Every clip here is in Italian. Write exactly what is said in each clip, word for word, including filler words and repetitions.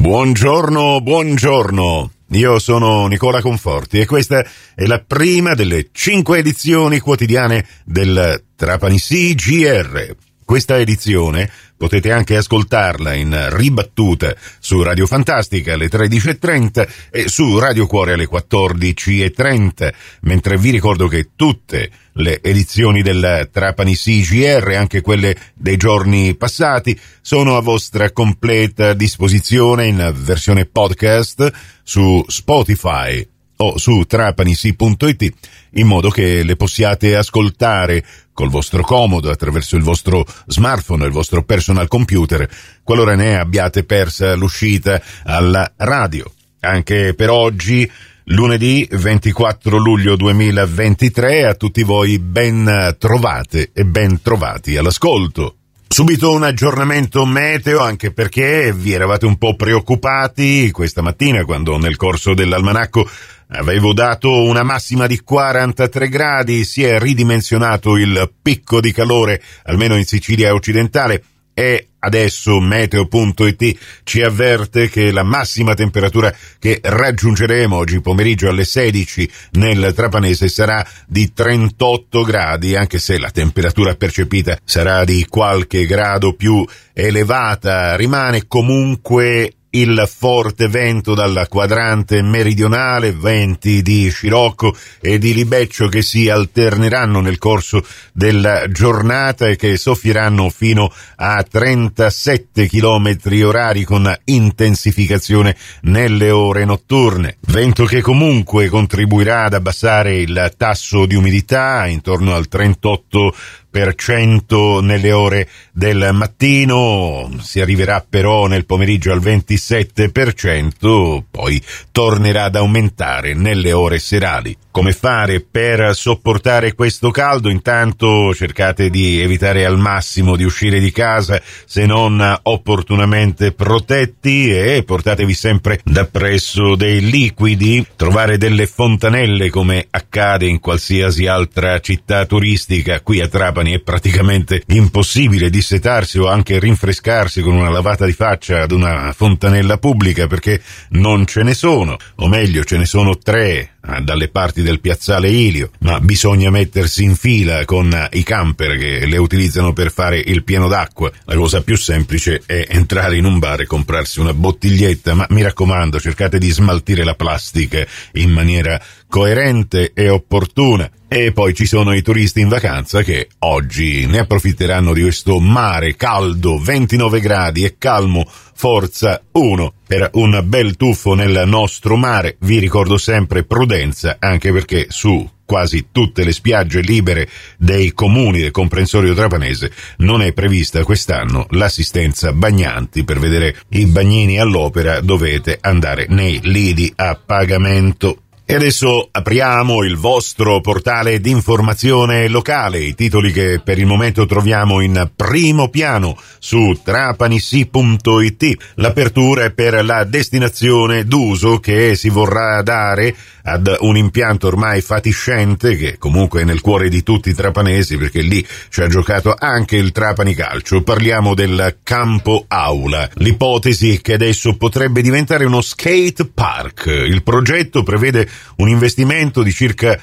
Buongiorno, buongiorno. Io sono Nicola Conforti e questa è la prima delle cinque edizioni quotidiane del Trapani C G R. Questa edizione potete anche ascoltarla in ribattuta su Radio Fantastica alle tredici e trenta e su Radio Cuore alle quattordici e trenta, mentre vi ricordo che tutte le edizioni del Trapani C G R, anche quelle dei giorni passati, sono a vostra completa disposizione in versione podcast su Spotify o su trapanisi punto it, in modo che le possiate ascoltare col vostro comodo attraverso il vostro smartphone, il vostro personal computer, qualora ne abbiate persa l'uscita alla radio. Anche per oggi, lunedì ventiquattro luglio duemilaventitré, a tutti voi ben trovate e ben trovati all'ascolto. Subito un aggiornamento meteo, anche perché vi eravate un po' preoccupati questa mattina quando nel corso dell'almanacco avevo dato una massima di quarantatré gradi, si è ridimensionato il picco di calore, almeno in Sicilia occidentale, e adesso meteo punto it ci avverte che la massima temperatura che raggiungeremo oggi pomeriggio alle sedici nel Trapanese sarà di trentotto gradi, anche se la temperatura percepita sarà di qualche grado più elevata. Rimane comunque il forte vento dal quadrante meridionale, venti di scirocco e di libeccio che si alterneranno nel corso della giornata e che soffieranno fino a trentasette chilometri orari con intensificazione nelle ore notturne. Vento che comunque contribuirà ad abbassare il tasso di umidità intorno al trentotto per cento nelle ore del mattino, si arriverà però nel pomeriggio al ventisette per cento, poi tornerà ad aumentare nelle ore serali. Come fare per sopportare questo caldo? Intanto cercate di evitare al massimo di uscire di casa se non opportunamente protetti e portatevi sempre dappresso dei liquidi. Trovare delle fontanelle, come accade in qualsiasi altra città turistica, qui a Trapani è praticamente impossibile dissetarsi o anche rinfrescarsi con una lavata di faccia ad una fontanella pubblica, perché non ce ne sono, o meglio ce ne sono tre dalle parti del piazzale Ilio, ma bisogna mettersi in fila con i camper che le utilizzano per fare il pieno d'acqua. La cosa più semplice è entrare in un bar e comprarsi una bottiglietta, ma mi raccomando, cercate di smaltire la plastica in maniera coerente e opportuna. E poi ci sono i turisti in vacanza che oggi ne approfitteranno di questo mare caldo, ventinove gradi e calmo, forza uno, per un bel tuffo nel nostro mare. Vi ricordo sempre prudenza, anche perché su quasi tutte le spiagge libere dei comuni del comprensorio trapanese non è prevista quest'anno l'assistenza bagnanti. Per vedere i bagnini all'opera dovete andare nei lidi a pagamento. E adesso apriamo il vostro portale di informazione locale, i titoli che per il momento troviamo in primo piano su trapanisi punto it. L'apertura è per la destinazione d'uso che si vorrà dare ad un impianto ormai fatiscente, che comunque è nel cuore di tutti i trapanesi, perché lì ci ha giocato anche il Trapani Calcio. Parliamo del campo aula. L'ipotesi che adesso potrebbe diventare uno skate park. Il progetto prevede un investimento di circa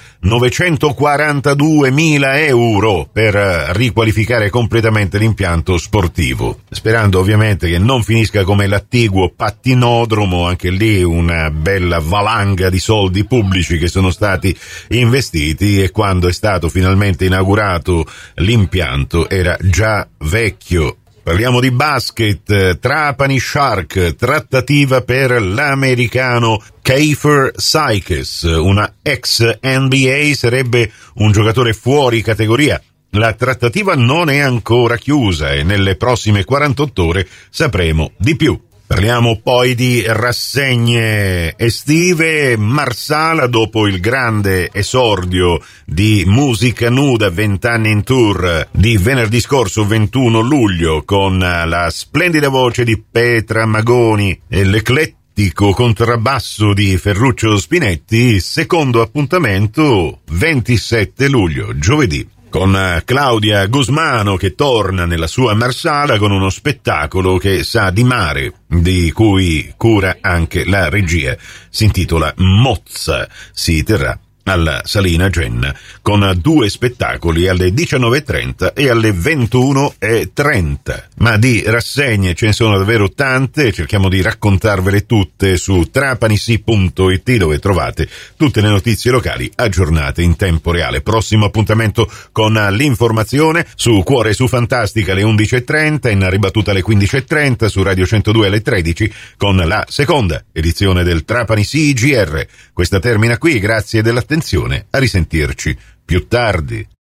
novecentoquarantaduemila euro per riqualificare completamente l'impianto sportivo, sperando ovviamente che non finisca come l'attiguo pattinodromo, anche lì una bella valanga di soldi pubblici che sono stati investiti, e quando è stato finalmente inaugurato l'impianto era già vecchio. Parliamo di basket. Trapani Shark, trattativa per l'americano Keifer Sykes, una ex N B A, sarebbe un giocatore fuori categoria. La trattativa non è ancora chiusa e nelle prossime quarantotto ore sapremo di più. Parliamo poi di rassegne estive. Marsala, dopo il grande esordio di Musica Nuda vent'anni in tour di venerdì scorso ventuno luglio, con la splendida voce di Petra Magoni e l'eclettico contrabbasso di Ferruccio Spinetti, secondo appuntamento ventisette luglio, giovedì. con Claudia Gusmano che torna nella sua Marsala con uno spettacolo che sa di mare, di cui cura anche la regia. Si intitola Mozza, si terrà alla Salina Genna con due spettacoli alle diciannove e trenta e alle ventuno e trenta. Ma di rassegne ce ne sono davvero tante, cerchiamo di raccontarvele tutte su trapanisi punto it, dove trovate tutte le notizie locali aggiornate in tempo reale. Prossimo appuntamento con l'informazione su Cuore su Fantastica alle undici e trenta, in ribattuta alle quindici e trenta, su Radio centodue alle tredici con la seconda edizione del Trapanisi G R. Questa termina qui, grazie dell'attenzione, a risentirci più tardi.